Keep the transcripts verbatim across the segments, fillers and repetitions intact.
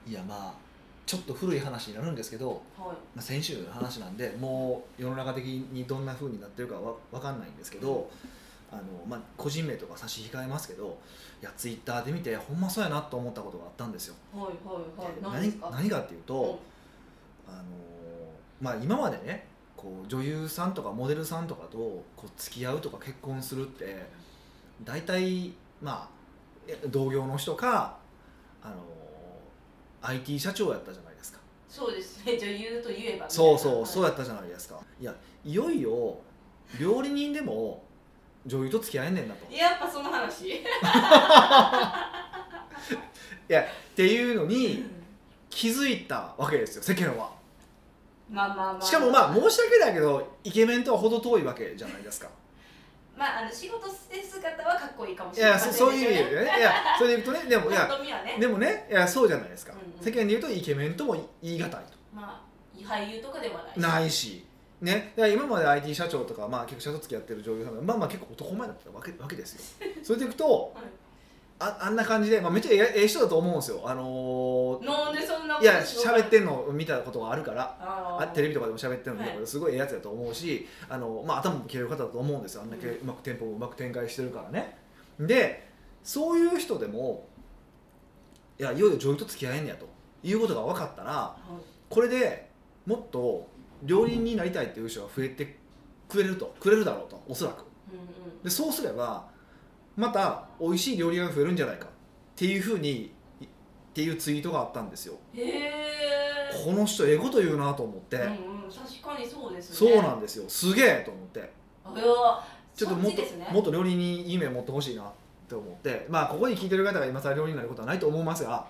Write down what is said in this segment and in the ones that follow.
いやまあちょっと古い話になるんですけど、 はい、 まあ、先週の話なんでもう世の中的にどんな風になってるかわ分かんないんですけど、あの、まあ、個人名とか差し控えますけど、いやツイッターで見てほんまそうやなと思ったことがあったんですよ。 はいはいはい。 何ですか？何かっていうと、うん、あのまあ、今までねこう女優さんとかモデルさんとかとこう付き合うとか結婚するって大体まあ同業の人かあの アイティー 社長やったじゃないですか。 そうですね、女優といえばそうそうそうやったじゃないですか。いやいよいよ料理人でも女優と付き合えんねんなと。 やっぱその話いやっていうのに気づいたわけですよ、世間は。 まあまあまあ、まあ、 しかもまあ申し訳ないけどイケメンとは程遠いわけじゃないですか。 まあ、あの仕事して姿はかっこいいかもしれない、 いや そ, そういう意味でね、いやそれで言うとね、でもいや、 ね、 でもね、いやそうじゃないですか、 うんうん、 世間で言うとイケメンとも言い難いと、 まあ俳優とかではないしないしね、だから今まで アイティー 社長とか、まあ、結構社長付き合ってる女優さんがまあまあ結構男前だったわけ、わけですよ。それでいくと、はい、あ, あんな感じで、まあ、めっちゃええ人だと思うんですよ。あのー、 なんでそんなこといや喋ってんのを見たことがあるから、 あテレビとかでも喋ってるの見たこと、 はい、 すごいええやつだと思うし、あの、まあ、頭も切れる方だと思うんですよ。あんだけうまく店舗もうまく展開してるからね。でそういう人でもいやいよいよ女優と付き合えんねやということが分かったら、はい、これでもっと料理人になりたいっていう人が増えてくれるとくれるだろうと、おそらく、うんうん、でそうすればまた美味しい料理屋が増えるんじゃないかっていうふうにっていうツイートがあったんですよ。 へー、 この人ええこと言うなと思って、うんうん、 確かにそうですね。 そうなんですよ、すげえと思って、 あ、いやちょっともっと、 ね、 もっと料理に夢を持ってほしいなって思って、まあここに聞いてる方が今更料理になることはないと思いますが、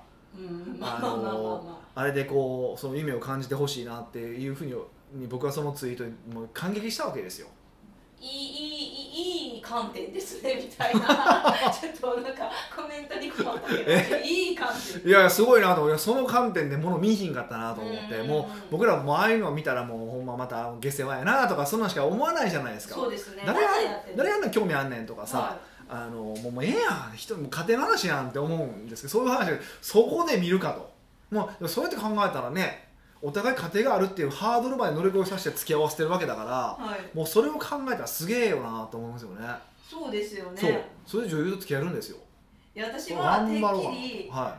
あれでこうその夢を感じてほしいなっていうふうに僕はそのツイートにもう感激したわけですよ。 いいいいいい観点ですねみたいなちょっとなんかコメントに困ったけどいい観点、 いやすごいなと思って、その観点で物見ひんかったなと思って、もう僕らもああいうのを見たらもうほんままた下世話やなとかそんなんしか思わないじゃないですか。 そうですね、 誰が誰があんな興味あんねんとかさ、はい、あのもうもうええやん、人も家庭の話やんって思うんですけど、そういう話でそこで見るかと、もうそうやって考えたらね、お互い家庭があるっていうハードルまで乗り越えさせて付き合わせてるわけだから、はい、もうそれを考えたらすげえよなと思いますよね。 そうですよね。 そう、それで女優と付き合えるんですよ。 いや私はてっきり、 はい、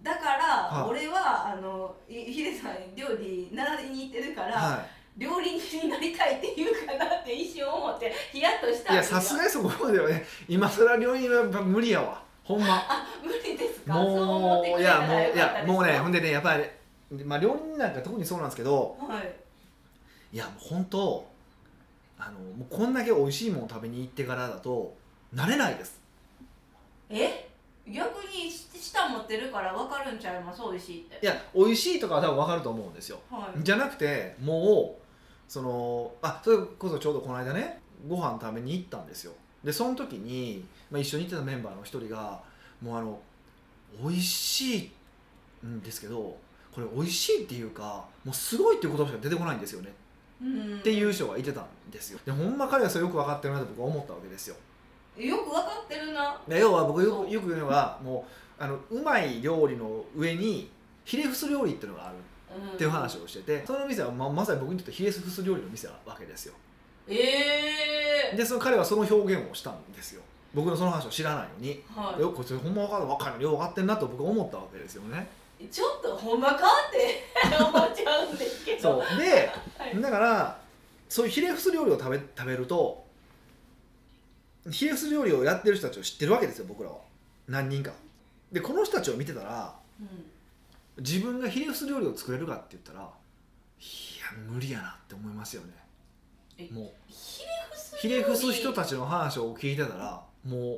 だから、はい、俺はあのヒデさん料理習いに行ってるから、はい、料理人になりたいって言うかなって一瞬思ってヒヤッとしたんですよ。 いやさすがにそこまではね、今更料理人は無理やわ、ほんま。 あ、無理ですか。 もうそう思ってくれたらよかったです。 いやもういやもうね、ほんでねやっぱり、まあ、料理人なんか特にそうなんですけど、 はい、 いやもう本当あのもうこんだけ美味しいものを食べに行ってからだと慣れないです。 え、逆に舌持ってるから分かるんちゃいます、美味しいって。 いや美味しいとかは多分分かると思うんですよ、はい、じゃなくてもうそのあそれこそちょうどこの間ねご飯食べに行ったんですよ。でその時に、まあ、一緒に行ってたメンバーの一人がもうあの美味しいんですけど、これ美味しいっていうかもうすごいっていう言葉しか出てこないんですよねっていう人がいてたんですよ。でほんま彼はそれよく分かってるなと僕は思ったわけですよ。 よく分かってるな。 要は僕よくよく言うのはもうあのうまい料理の上にひれ伏す料理っていうのがあるっていう話をしてて、その店は ま, まさに僕にとってひれ伏す料理の店なわけですよ。 えー、 でその彼はその表現をしたんですよ。僕のその話を知らないのに、はい、よくこいつほんま分かる分かるよう分かってんなと僕は思ったわけですよね。 ちょっとほんまかって思っちゃうんですけどそうで、はい、だからそういうひれ伏す料理を食べ、食べるとひれ伏す料理をやってる人たちを知ってるわけですよ、僕らは何人かで。この人たちを見てたら、うん、自分がひれ伏す料理を作れるかって言ったらいや無理やなって思いますよね。もうひれ伏す人たちの話を聞いてたらもう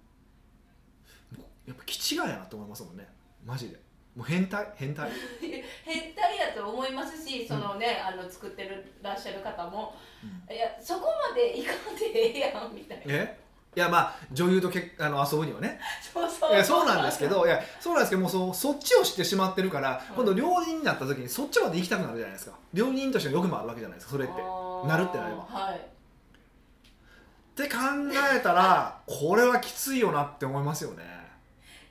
やっぱ気違いやなって思いますもんね、マジで。もう変態変態変態やと思いますし、そのね、うん、あの作ってるらっしゃる方も、うん、いやそこまでいかんでええやんみたいな。 えいやまあ女優とけあの遊ぶにはねそうそういやそうなんですけどいやそうなんですけどもう そ, そっちを知ってしまってるから、うん、今度料理人になった時にそっちまで行きたくなるじゃないですか。料理人としての欲もあるわけじゃないですか、それってなるってなれば、 はい、 って考えたらこれはきついよなって思いますよね。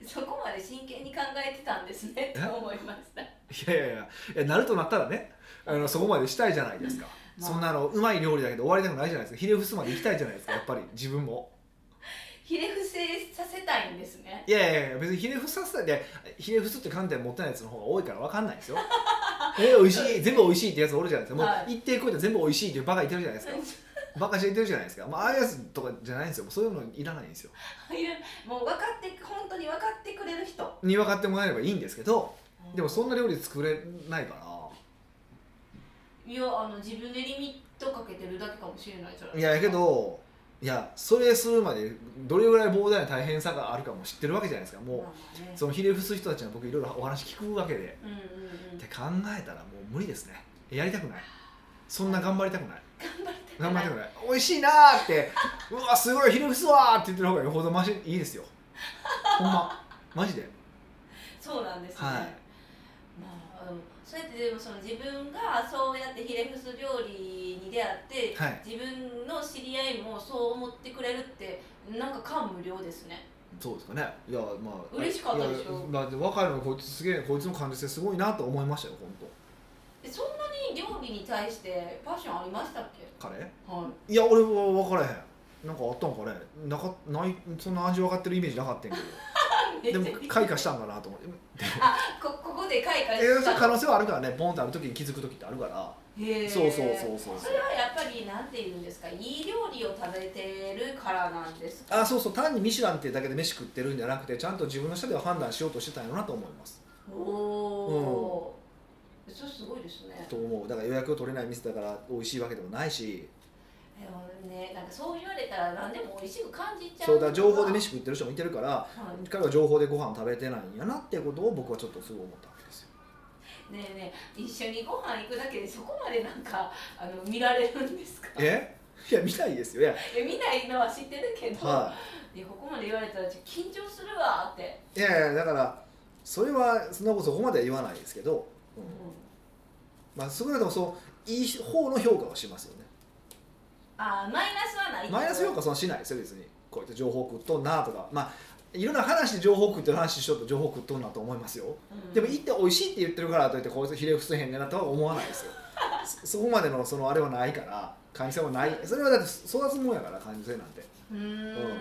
そこまで真剣に考えてたんですねって思いました。 いやいやいや、いやなるとなったらね、あのそこまでしたいじゃないですか、まあ、そんなのうまい料理だけど終わりたくないじゃないですか。ひれ伏すまで行きたいじゃないですか、やっぱり自分も。 ひれ伏せさせたいんですね。 いやいやいや、別にひれ伏させたいで、ひれ伏すって観点持ってないやつの方が多いから分かんないですよ。え美味しい、全部美味しいってやつおるじゃないですか。もう、はい、一定超えて全部美味しいっていうバカ言ってるじゃないですか。バカして言ってるじゃないですか。まあ、ああいうやつとかじゃないんですよ。そういうのいらないんですよ。 もう分かって本当に分かってくれる人に分かってもらえればいいんですけど、でもそんな料理作れないから。 いや、あの自分でリミットかけてるだけかもしれないじゃないですか。 いやけど、いやそれするまでどれぐらい膨大な大変さがあるかも知ってるわけじゃないですか。もう、まあね、そのひれ伏す人たちは僕いろいろお話聞くわけで、うんうんうん、って考えたらもう無理ですね。やりたくない。そんな頑張りたくない。頑張りたくない。美味しいなーってうわすごいひれ伏すわーって言ってる方がよほどマジいいですよ。ほんまマジで。 そうなんですね。 はい。 まあ、うん、そうやってでもその自分がそうやってひれ伏す料理に出会って、はい、自分の知り合いもそう思ってくれるってなんか感無量ですね。 そうですかね。いやまあ嬉しかったでしょ。 まあ若いのこいつすげえこいつの感受性すごいなと思いましたよ本当。 そんなに料理に対してパッションありましたっけ？ 彼？ はい。 いや俺は分からへん。なんかあったんかね。なかないそんな味分かってるイメージなかったんけど。でも開花したんかなと思って。 あ、こここで開花した。 えー、可能性はあるからね。ポンってある時に気づく時ってあるから。へえ。そうそうそうそう。 それはやっぱりなんて言うんですか。いい料理を食べてるからなんですか。 あ、そうそう単にミシュランっていうだけで飯食ってるんじゃなくてちゃんと自分の舌では判断しようとしてたんやろなと思います。 おお。うんそれすごいですね。 と思う。だから予約を取れない店だから美味しいわけでもないし。 でもね、なんかそう言われたら何でも美味しく感じちゃう。 そうだ情報で飯食ってる人もいてるから、はい、彼は情報でご飯食べてないんやなっていうことを僕はちょっとすごい思ったわけですよ。 ねえねえ、一緒にご飯行くだけでそこまでなんかあの見られるんですか？ え？いや見ないですよ。いや、 いや見ないのは知ってるけど、はい、いやここまで言われたら緊張するわって。 いやいやだからそれはそんなことそこまでは言わないですけど。うんうんまあ、少なくともそういい方の評価はしますよね。 あマイナスはない。 マイナス評価はそんなしないですよ別に。こうやって情報食っとんなとかまあいろんな話で情報食ってる話しようと情報食っとんなと思いますよ、うん、でも行って美味しいって言ってるからといってこいつひれ伏せへんねんなとは思わないですよそ, そこまでのそのあれはないから感受性はないそれはだって育つもんやから感受性なんてうん、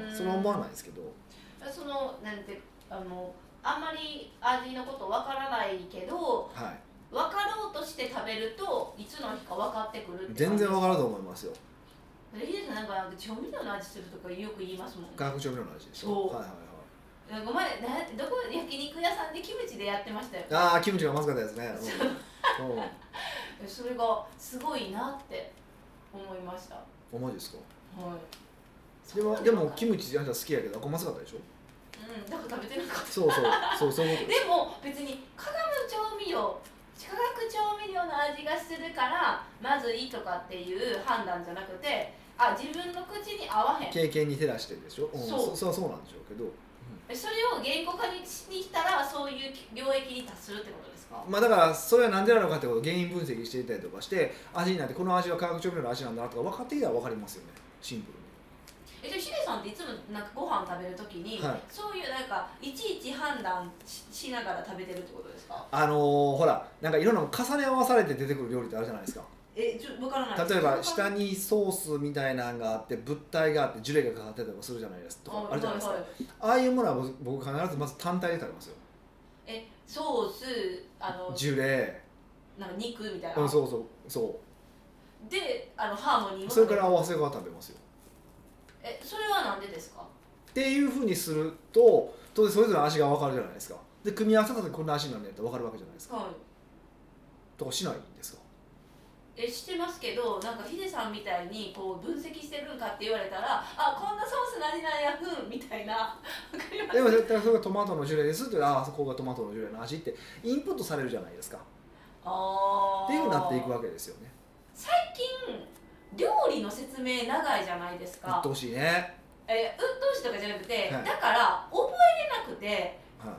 うん、それは思わないですけどそのなんてあのあんまり味のことわからないけど、はい分かろうとして食べるといつの日か分かってくるって全然分かると思いますよ。 ヒデさんなんか調味料の味するとかよく言いますもんね。 化学調味料の味でしょ。そう。はいはいはい。 ごめんなどこ焼肉屋さんでキムチでやってましたよ。 ああキムチがまずかったですね。 うん、それがすごいなって思いました。 思いですか。 はい。 でもでもキムチあんた好きやけどこれまずかったでしょ。 うんだから食べてなかった。 そうそうそうそういうことです。でも別に化学調味料化学調味料の味がするからまずいとかっていう判断じゃなくてあ自分の口に合わへん経験に照らしてるでしょ、うん、そうそそうなんでしょうけど、うん、 それを言語化にしたらそういう領域に達するってことですか。 まあだからそれは何でなのかってことを原因分析していたりとかして味になってこの味は化学調味料の味なんだなとか分かってきたら分かりますよねシンプルに。 えじゃあヒデさんっていつもなんかご飯食べるときに、はい、そういうなんかいちいち判断 し, しながら食べてるってことですか。 あのー、ほらなんかいろんなの重ね合わされて出てくる料理ってあるじゃないですか。 えちょ分からない。 例えば下にソースみたいなのがあって物体があってジュレがかかってたりもするじゃないですかとかあるじゃないですか、はいはい、ああいうものは僕必ずまず単体で食べますよ。 えソースあのジュレなんか肉みたいな、 うん、そうそうそうであのハーモニーもそれから合わせが食べますよ。 えそれはなんでですか。 っていうふうにすると当然それぞれの味が分かるじゃないですか。で組み合わせた時こんな味になるんやったら分かるわけじゃないですか、はい、とかしないんですか。 えしてますけどなんかヒデさんみたいにこう分析してるんかって言われたらあこんなソースの味なんやふんみたいな分かります。 でも絶対それがトマトのジュレですってああそこがトマトのジュレの味ってインプットされるじゃないですか。あっていうふうになっていくわけですよね。 最近料理の説明長いじゃないですか。 うっとうしいね。 えうっとうしいとかじゃなくて、はい、だから覚えれなくて、はい、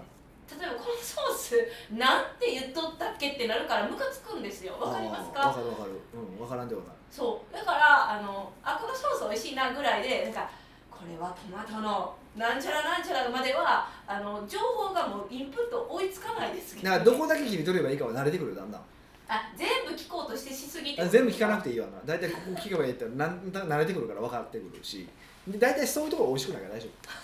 例えばこのソースなんて言っとったっけってなるからムカつくんですよ。わかりますか。 わかるわかる。うん、わからんではない。 そうだからあのあこのソース美味しいなぐらいでなんかこれはトマトのなんちゃらなんちゃらまではあの情報がもうインプット追いつかないですけど、 だからどこだけ切り取ればいいかは慣れてくるよだんだん。 あ全部聞こうとしてしすぎて全部聞かなくていいわな。大体ここ聞けばいいってなんだ慣れてくるから分かってくるし、で大体そういうところ美味しくないから大丈夫。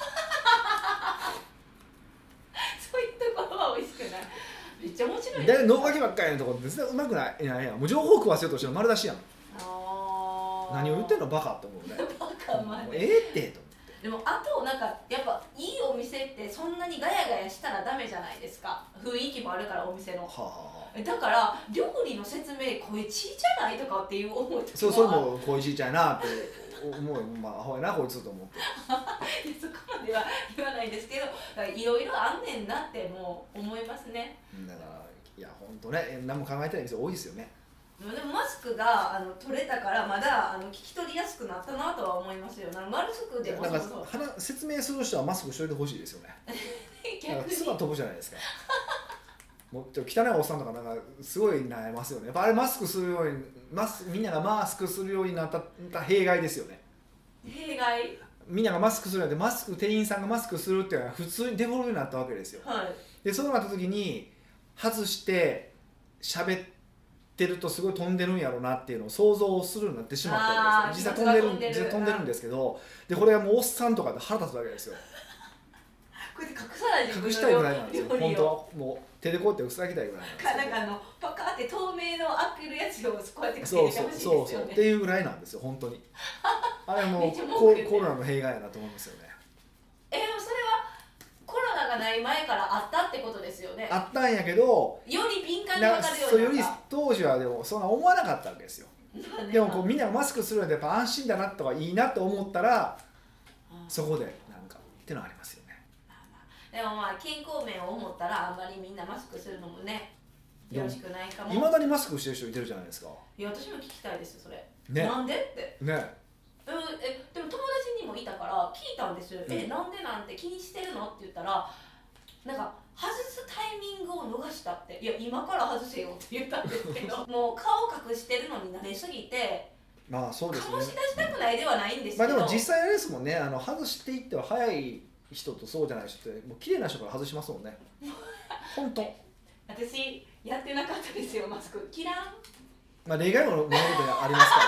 そういうところは美味しくない。めっちゃ面白い。 大体脳書きばっかりのところって全然うまくない。いやいやもう情報食わせようとしてる丸出しやん。 あ何を言ってんのバカって思うね。 バカまで。 もうええってと思って。 でもあとなんかやっぱいいお店ってそんなにガヤガヤしたらダメじゃないですか。雰囲気もあるからお店の。 はあはあ、 だから料理の説明声ちいちゃないとかっていう思いとかそうそれも声ちいちゃいなって思う。まあアホやなこいつと思って。 そこまでは言わないですけど、いろいろあんねんなってもう思いますね。 だからいや本当ね何も考えてない店多いですよね。 でもマスクがあの取れたからまだあの聞き取りやすくなったなとは思いますよ。なんかマスクでもなんか話説明する人はマスクしといてほしいですよね。なんか唾飛ぶじゃないですか。もうちょっと汚いおっさんとかなんかすごい悩ますよね。やっぱあれマスクするようにマスみんながマスクするようになった弊害ですよね。 弊害。 みんながマスクするようになってマスク店員さんがマスクするっていうのは普通にデフォルトになったわけですよ。 はい、 でそうなった時に外して喋ってるとすごい飛んでるんやろうなっていうのを想像するようになってしまったわけですよ。実際飛んでる実際飛んでるんですけど、でこれはもうおっさんとかで腹立つわけですよ。 こうやって隠さないで隠したいぐらいなんですよ。本当はもう手でこうやって塞ぎたいぐらいなんですよ。 なんかあのパカって透明の開けるやつをこうやってかけてほしいですよね。 そうそうそうっていうぐらいなんですよ本当に。あれもうコロナの弊害やなと思いますよね。 えでもそれはコロナがない前からあったってことですよね。 あったんやけどより敏感に分かるようになった。 うになった。 より当時はでもそんな思わなかったわけですよ。でもこうみんながマスクするのでやっぱ安心だなとかいいなと思ったら、そこでなんかってのはありますよね。 でもまあ健康面を思ったらあんまりみんなマスクするのもねよろしくないかも。 いまだにマスクしてる人いてるじゃないですか。 いや私も聞きたいですそれ、 ね、 なんでってね、 うん、えでも友達にもいたから聞いたんですよ、うん、えなんでなんて気にしてるのって言ったらなんか外すタイミングを逃したって。いや今から外せよって言ったんですけどもう顔隠してるのに慣れすぎてまあそうですね、 醸し出したくないではないんですけど、 まあでも実際あれですもんね、あの外していっては早い人とそうじゃない人ってもう綺麗な人から外しますもんね。本当。 私やってなかったですよマスク。嫌ん。 まあ例外も物事にありますから。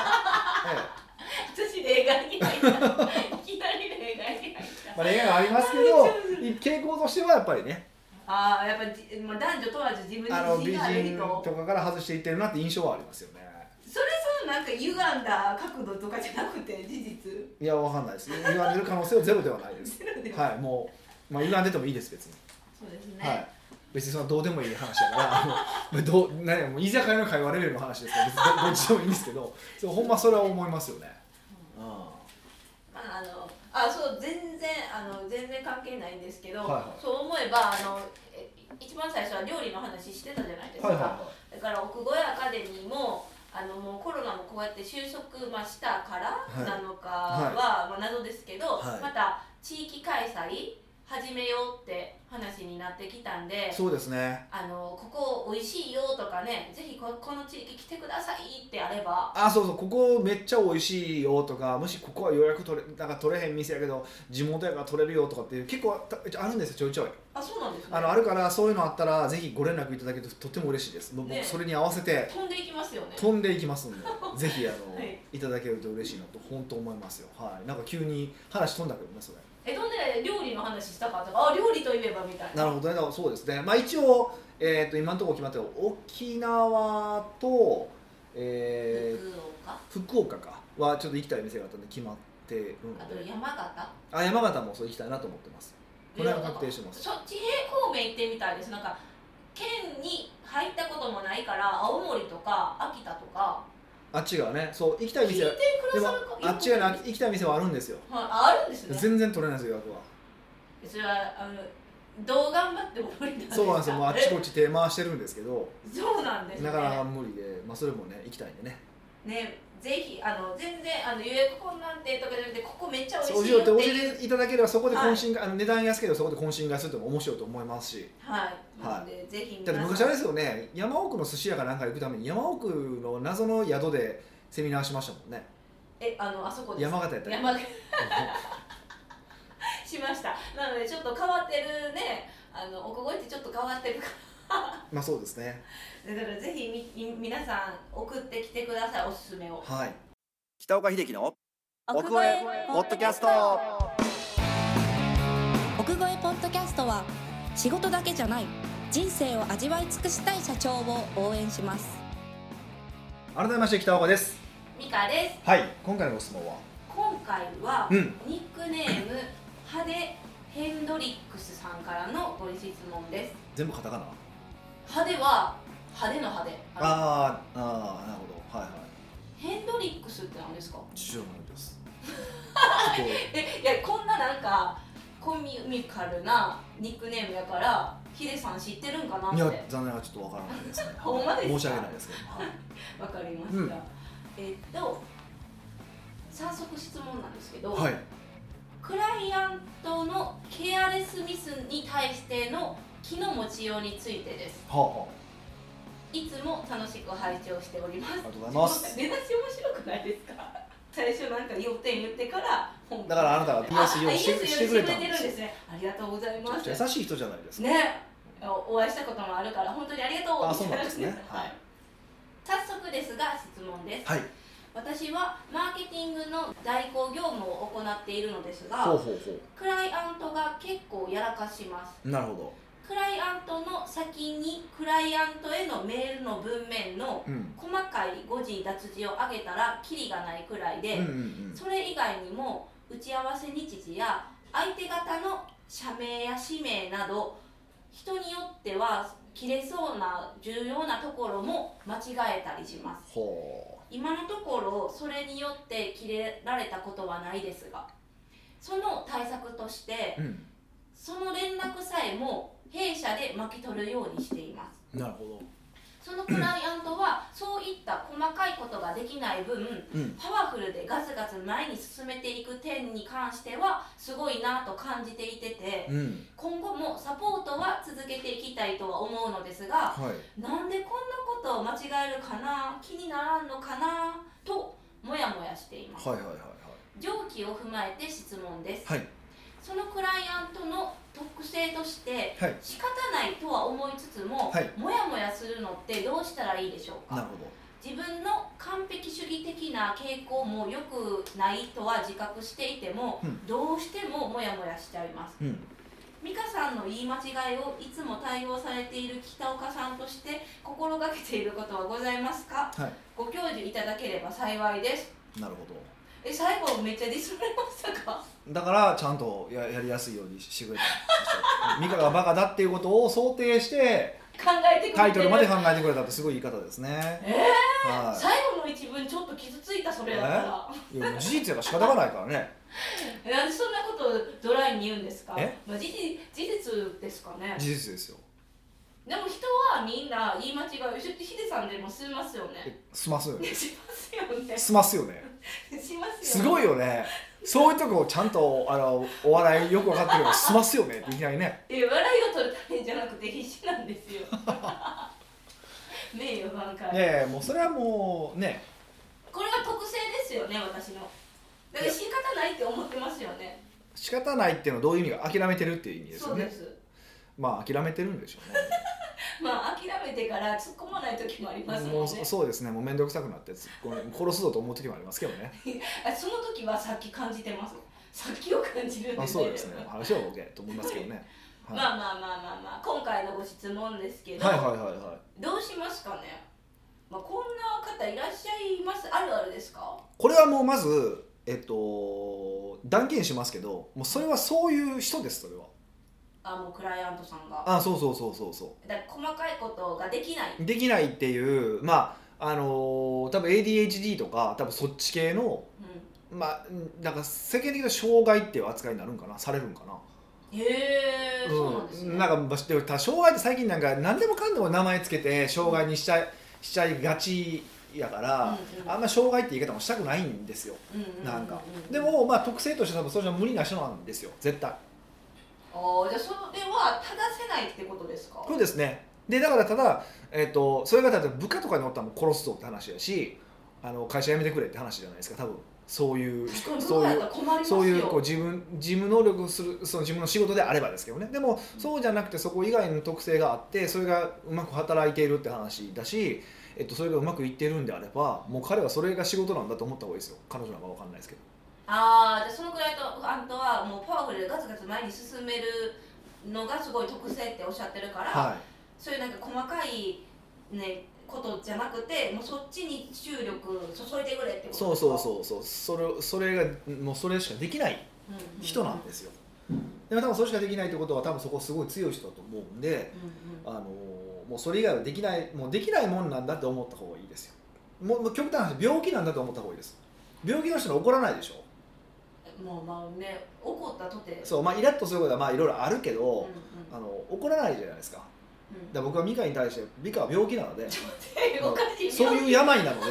ええ、私例外に入った。いきなり例外に入った。 まあ例外がありますけど、傾向としてはやっぱりね。 ああやっぱり、まあ、男女問わず自分に自信がある人。 美人とかから外していってるなって印象はありますよね。 それそのなんか歪んだ角度とかじゃなくて事実。 いやわかんないです。歪んでる可能性はゼロではないです。はいもうまあ歪んでてもいいです別に。 そうですね。 はい。別にそのどうでもいい話だからあのどう何やもう居酒屋の会話レベルの話ですから別にどっちでもいいんですけど、そうほんまそれは思いますよね。 うん、まああのあそう全然あの全然関係ないんですけど、はいはい、そう思えばあの一番最初は料理の話してたじゃないですか。はいはいはい、だから奥越アカデミーもあのもうコロナもこうやって収束、まあ、したからなのかは、はいはい、まあ、謎ですけど、はい、また地域開催始めようって話になってきたんで、 そうですね、 あのここ美味しいよとかね、ぜひ こ, この地域来てくださいってあれば、 あそうそうここめっちゃ美味しいよとか、もしここは予約取れなんか取れへん店やけど地元やから取れるよとかって結構あるんですよちょいちょい。 あそうなんですね。 あのあるからそういうのあったらぜひご連絡いただけるととっても嬉しいです。僕、ね、それに合わせて飛んでいきますよね。 飛んでいきますんでぜひあの、 はい、 いただけると嬉しいなと本当思いますよ。はい、なんか急に話飛んだけどねそれ。 えどんで料理の話したかとか、あ料理といえばみたいな。 なるほどね。だからそうですね。まあ一応、えー、と今のところ決まってる沖縄と、えー、福岡かはちょっと行きたい店があったんで決まってるので。 あと山形。 あ山形もそう行きたいなと思ってます。これは確定してます。 そっち平方面行ってみたいです。なんか県に入ったこともないから青森とか秋田とか。 あっちがね、そう行きたい店はでもあっちがな行きたい店はあるんですよ。 はい、あるんですね。 全然取れないですよ予約は。 それはあのどう頑張っても無理なんですか。 そうなんですよ。もうあっちこっち手回してるんですけど。 そうなんですね。 なかなか無理で、まあそれもね行きたいんでね。 ね、ぜひあの全然あの予約困難点とかじゃなくてここめっちゃ美味しいよって教えていただければそこで懇親会、はい、あの値段安ければそこで懇親会するとも面白いと思いますし。 はい。なので、はい、ぜひ皆さん。 だって昔あれですよね。山奥の寿司屋かなんか行くために山奥の謎の宿でセミナーしましたもんね。 え、あのあそこです。 山形やったっけ。 山形。 しました。なのでちょっと変わってるね、あの奥越えってちょっと変わってるからまあそうですね。 だからぜひみ皆さん送ってきてください、おすすめを。 はい。北岡秀樹の奥越えポッドキャスト。 奥越えポッドキャストは仕事だけじゃない人生を味わい尽くしたい社長を応援します。 改めまして北岡です。 美香です。 はい。今回のご質問は今回は、 うん、 ニックネームハデヘンドリックスさんからのご質問です。 全部カタカナ？ ハデは派手の派手。 あーあー、なるほど。はいはい。 ヘンドリックスって何ですか？ 知らないですえ、いや、こんななんかコミカルなニックネームやからヒデさん知ってるんかなって。 いや、残念ながらちょっとわからないですねほんまですか？ 申し訳ないですけど。 わかりました、うん、えっと早速質問なんですけど、はい、クライアントのケアレスミスに対しての気の持ちようについてです。はあはあ、いつも楽しく拝聴しております。ありがとうございます。出だし面白くないですか？最初なんか要点言ってから本だからあなたが言いやすいようにしてくれたんですよ。 ありがとうございます。 優しい人じゃないですかね。お会いしたこともあるから本当にありがとう。 あ、そうなんですね。はい。 早速ですが質問です。はい。私はマーケティングの代行業務を行っているのですが、ほうほうほう、クライアントが結構やらかします。なるほど。クライアントの先にクライアントへのメールの文面の細かい誤字脱字を上げたらキリがないくらいで、うんうんうん、それ以外にも打ち合わせ日時や相手方の社名や氏名など人によっては切れそうな重要なところも間違えたりします。ほう。今のところそれによって切れられたことはないですが、その対策として、うん、その連絡さえも弊社で巻き取るようにしています。なるほど。そのクライアントはそういった細かいことができない分、うん、パワフルでガツガツ前に進めていく点に関してはすごいなと感じていてて、うん、今後もサポートは続けていきたいとは思うのですが、はい、なんでこんなことを間違えるかな、気にならんのかなともやもやしています。はいはいはいはい、上記を踏まえて質問です。はい、そのクライアントの特性として仕方ないとは思いつつも、はい、もやもやするのってどうしたらいいでしょうか。なるほど。自分の完璧主義的な傾向も良くないとは自覚していても、うん、どうしてももやもやしちゃいます。うん、美香さんの言い間違いをいつも対応されている北岡さんとして心がけていることはございますか。はい、ご教授いただければ幸いです。なるほど。え、最後めっちゃディスられましたか。だからちゃんと や, やりやすいようにしてくれたんですよ。ミカがバカだっていうことを想定して考えてくれてる、タイトルまで考えてくれたってすごい言い方ですね。えーはい、最後の一文ちょっと傷ついた。それだったら、えー、いや事実やから仕方がないからね。なんでそんなことドライに言うんですか。え、まあ、事実、事実ですかね。事実ですよ。でも人はみんな言い間違いをヒデさんでも済ますよね。済ますよね。しますよね。済ますよね。しますよね。すごいよね。そういうとこをちゃんとあのお笑いよく分かってるから済ますよねっていきなりね。いや、笑いを取るためじゃなくて必死なんですよ。名誉挽回。いやいや、もうそれはもうね。これが特性ですよね、私の。だから仕方ないって思ってますよね。仕方ないっていうのはどういう意味か、諦めてるっていう意味ですよね。そうです。まあ諦めてるんでしょうね。まあ諦めてから突っ込まない時もありますもんね。もうそうですね、もう面倒くさくなって突っ込ん殺すぞと思う時もありますけどね。その時はさっき感じてます。さっきを感じるんで。あ、そうですね。話は OK と思いますけどね。はい、まあまあまあまあまあ、今回のご質問ですけど、はいはいはいはい、どうしますかね。まあ、こんな方いらっしゃいます。あるあるですか。これはもうまずえっと断言しますけど、もうそれはそういう人です。それは。あ、もうクライアントさんが。あ、そうそうそうそうそう。だから細かいことができない。できないっていう、まああのー、多分 エーディーエイチディー とか多分そっち系の、うん、まあなんか世間的な障害っていう扱いになるんかな、されるんかな。へえ、うん、そうなんですね。なんか障害って最近なんか何でもかんでも名前つけて障害にしちゃい、しちゃいがちやから、うんうん、あんま障害って言い方もしたくないんですよ。なんかでもまあ特性として多分それじゃ無理な人なんですよ、絶対。ああ、じゃあそれは正せないってことですか。そうですね。でだからただ、えー、とそれが例えば部下とかにおったらもう殺すぞって話やし、あの会社辞めてくれって話じゃないですか多分。 そういうそういうそういうこう自分事務能力をするその自分の仕事であればですけどね。でもそうじゃなくてそこ以外の特性があってそれがうまく働いているって話だし、えっと、それがうまくいっているんであればもう彼はそれが仕事なんだと思った方がいいですよ。彼女なんか分かんないですけど。 ああ、じゃあそのくらいとあんたはもうパワフルでガツガツ前に進めるのがすごい特性っておっしゃってるから、はい、そういうなんか細かいねことじゃなくてもうそっちに注力注いでくれってことですか。 そうそうそうそうそれそれがもうそれしかできない人なんですよ、うんうんうん、でも多分それしかできないってことは多分そこすごい強い人だと思うんで、うんうん、あのもうそれ以外はできないもうできないもんなんだって思った方がいいですよ。もう極端な話病気なんだと思った方がいいです。病気の人に怒らないでしょ。 もうまあね怒ったとてそうまあイラッとすることはまあいろいろあるけど、うんうん、あの怒らないじゃないですか。だ僕は美香に対して美香は病気なのでそういう病なので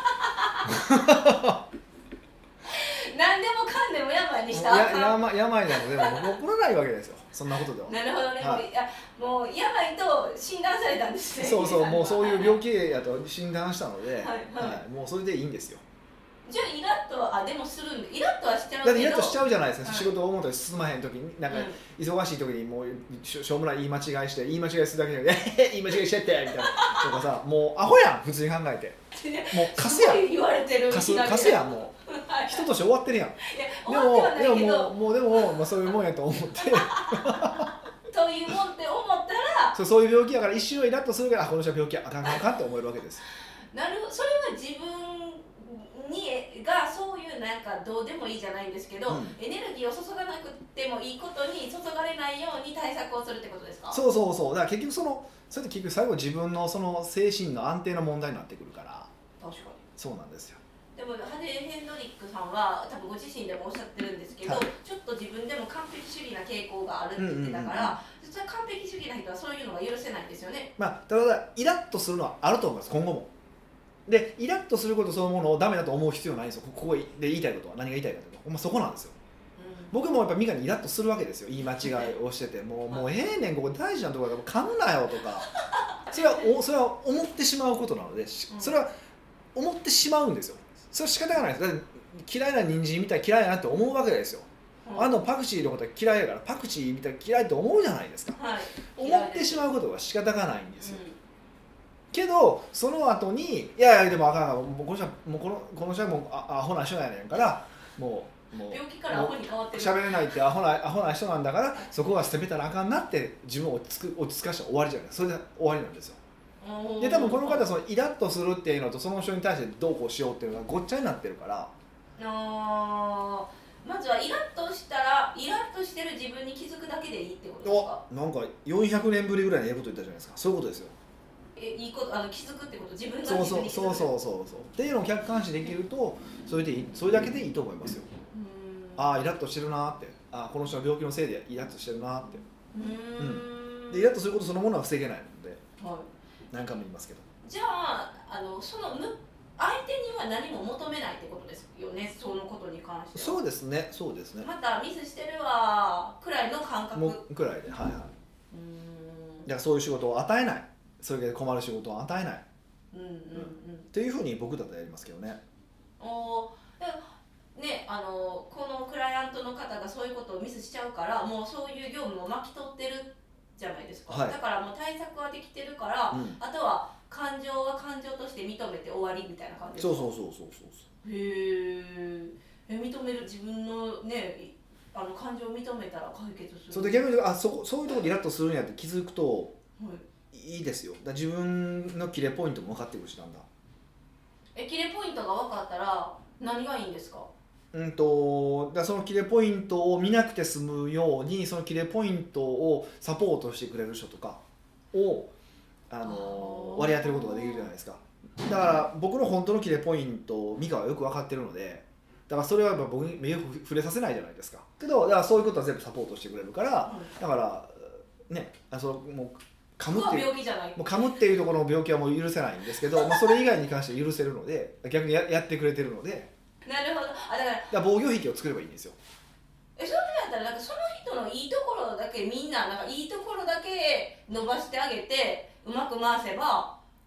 何でもかんでも病にしたらや病病なのでも怒らないわけですよ。そんなことでは。 なるほどね、はい、いやもう病と診断されたんですね。 そうそうもうそういう病気やと診断したので、はいはいはい、もうそれでいいんですよ。 じゃあイラッとはあでもするんでイラッとはしちゃうけどだってイラッとしちゃうじゃないですか、はい、仕事を思うと進まへん時になんか忙しい時にもうしょうもない言い間違いして言い間違いするだけで「言い間違いしてって」みたいなとかさもうアホやん普通に考えてもうカスやん言われてるカスカスやんもう人として終わってるやん。でもでももうもうでも、まあ、そういうもんやと思ってそういうもんって思ったらそうそういう病気やから一瞬はイラッとするからこの人は病気やあかんあかんって思えるわけです。 なるほど。それは自分にがそういうなんかどうでもいいじゃないんですけど、うん、エネルギーを注がなくてもいいことに注がれないように対策をするってことですか。 そうそうそうだから結局そのそれって結局最後自分のその精神の安定の問題になってくるから。 確かにそうなんですよ。 でもハデ・ヘンドリックさんは多分ご自身でもおっしゃってるんですけど、はい、ちょっと自分でも完璧主義な傾向があるって言ってたから、うんうんうん、実は完璧主義な人はそういうのが許せないんですよね。 まあただイラッとするのはあると思います今後も。でイラッとすることそのものをダメだと思う必要ないんですよ。ここで言いたいことは何が言いたいかというと、ほんまそこなんですよ、うん、僕もやっぱミカにイラッとするわけですよ。言い間違いをしててもう、もうええねんここ大事なところだから噛むなよとかそれはおそれは思ってしまうことなので、それは思ってしまうんですよ。それは仕方がないです。だって嫌いな人参みたい嫌いやなって思うわけですよ、うん、あのパクチーのことは嫌いやからパクチーみたい嫌いって思うじゃないですか、はい、思ってしまうことは仕方がないんですよ、うん、けどその後にいやいやでもあかんあかんもうこの人はもうこのこの人はもうあアホな人やねんからもうもう病気からアホに変わってる喋れないってアホなアホな人なんだからそこは責めたらあかんなって自分を落ち着く落ち着かして終わりじゃないですか。それで終わりなんですよ。で多分この方はそのイラッとするっていうのとその人に対してどうこうしようっていうのがごっちゃになってるから。 あまずはイラッとしたらイラッとしてる自分に気づくだけでいいってことですか。 なんかよんひゃくねんぶりぐらいにええこと言ったじゃないですか。そういうことですよ。 えいいことあの気づくってこと自分が自分に気づくそうそうそうそうそうっていうのを客観視できるとそれでいいそれだけでいいと思いますよ。うんああイラッとしてるなってあこの人の病気のせいでイラッとしてるなってうん、うん、でイラッとすることそのものは防げないので、はい、何回も言いますけど。 じゃあ、あのその相手には何も求めないってことですよね。そのことに関しては。 そうですね、そうですね。 またミスしてるわくらいの感覚。もくらいで、はいはい。うん。だからそういう仕事を与えない。それで困る仕事を与えない。うんうんうん。っていうふうに僕だとやりますけどね。 おね、あのこのクライアントの方がそういうことをミスしちゃうからもうそういう業務を巻き取ってるじゃないですか、はい、だからもう対策はできてるから、うん、あとは感情は感情として認めて終わりみたいな感じですか。 そうそうそうそうそうへえ認める自分のねあの感情を認めたら解決する。 それで逆にあそこそういうところでイラッとするんやって気づくと、はい、いいですよ。だ自分のキレポイントも分かってくるしなんだ。 えキレポイントが分かったら何がいいんですか。 うんとだそのキレポイントを見なくて済むようにそのキレポイントをサポートしてくれる人とかをあの割り当てることができるじゃないですか。だから僕の本当のキレポイントを美香はよく分かってるのでだからそれは僕に目を触れさせないじゃないですか。けどだからそういうことは全部サポートしてくれるからだからねあそのもう噛むっていう病気じゃないもう噛むっていうところの病気はもう許せないんですけど、まあ、それ以外に関して許せるので逆に や, やってくれてるので。 なるほど。あだからだから防御壁を作ればいいんですよ。 えそれやったらなんかその人のいいところだけみんななんかいいところだけ伸ばしてあげてうまく回せば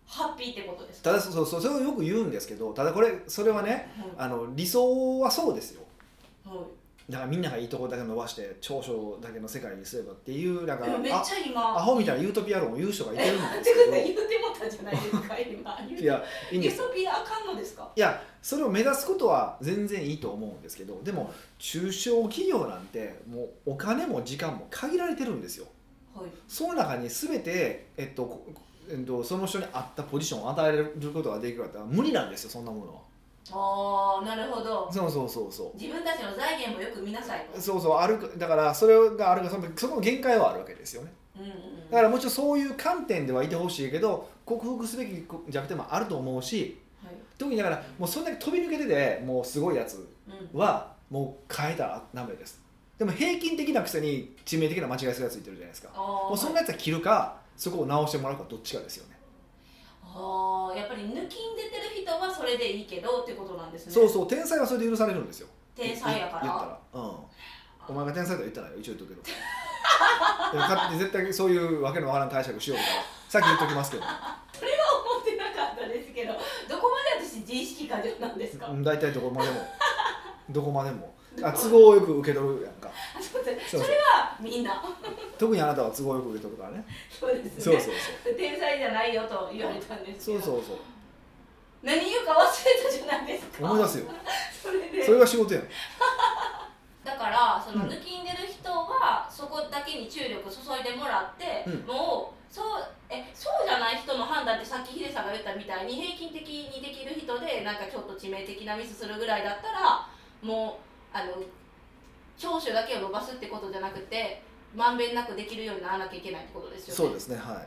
ハッピーってことですか。 ただそうそうそれをよく言うんですけど、ただこれそれはね、はい、あの理想はそうですよ、はい、だからみんながいいところだけ伸ばして長所だけの世界にすればっていうなんかめっちゃ今アホみたいなユートピア論を言う人がいてるんですけど言うてもったじゃないですか今いやいいんですユートピアあかんのですか。 いやそれを目指すことは全然いいと思うんですけど、でも中小企業なんてもうお金も時間も限られてるんですよ、はい、その中に全て、えっとえっと、その人に合ったポジションを与えることができるかって無理なんですよ、そんなものは。 ああなるほど。 そうそうそうそう、 自分たちの財源もよく見なさいと。 そうそうある、だからそれがあるかそのその限界はあるわけですよね、うんうんうん、だからもちろんそういう観点ではいてほしいけど克服すべき弱点もあると思うし、はい、特にだからもうそんだけ飛び抜けててもうすごいやつはもう変えたらダメです。でも平均的なくせに致命的な間違いするやついてるじゃないですか。もうそんなやつは切るかそこを直してもらうかどっちかですよね。 ああやっぱり抜きん出てる人はそれでいいけどってことなんですね。 そうそう天才はそれで許されるんですよ。 天才やから言ったら、うん、お前が天才とは言ったら一応言っとくけどでも勝手に絶対そういうわけのわからん解釈しようからさっき言っときますけどそれは思ってなかったですけど、どこまで私自意識過剰なんですか。 うん、大体どこまでもどこまでもあ都合よく受け取るやんか。 そうそうそう、それはみんな特にあなたは都合よく受け取るからね。 そうですね。 そうそうそう天才じゃないよと言われたんですけど、 そうそうそう、 何言うか忘れたじゃないですか。 思い出すよそれでそれが仕事やんだからその抜きんでる人はそこだけに注力注いでもらって、うん、もうそうえそうじゃない人の判断ってさっきヒデさんが言ったみたいに平均的にできる人でなんかちょっと致命的なミスするぐらいだったらもうあの長所だけを伸ばすってことじゃなくてまんべんなくできるようにならなきゃいけないってことですよね。 そうですね、はい。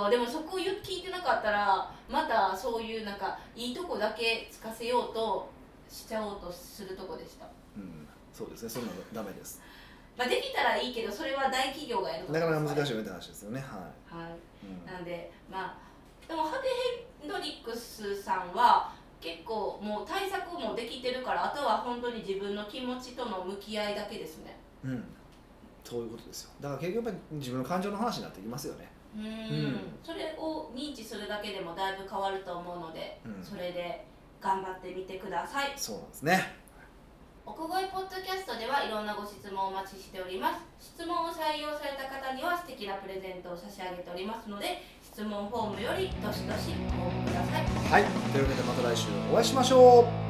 でもそこを聞いてなかったらまたそういうなんかいいとこだけつかせようとしちゃおうとするとこでした。 うん、そうですね、そんなのダメです。 まあできたらいいけどそれは大企業がやるとなかなか難しいよねって話ですよね。はい。 はい。うん、なんでまあでもハテヘンドリックスさんは結構もう対策もできてるからあとは本当に自分の気持ちとの向き合いだけですね。 うん。そういうことですよ。だから結局やっぱり自分の感情の話になってきますよね。 うん、うん、それを認知するだけでもだいぶ変わると思うので、うん、それで頑張ってみてください。 そうなんですね。 奥越ポッドキャストではいろんなご質問をお待ちしております。質問を採用された方には素敵なプレゼントを差し上げておりますので質問フォームよりどしどしご応募ください。 はい、というわけでまた来週お会いしましょう。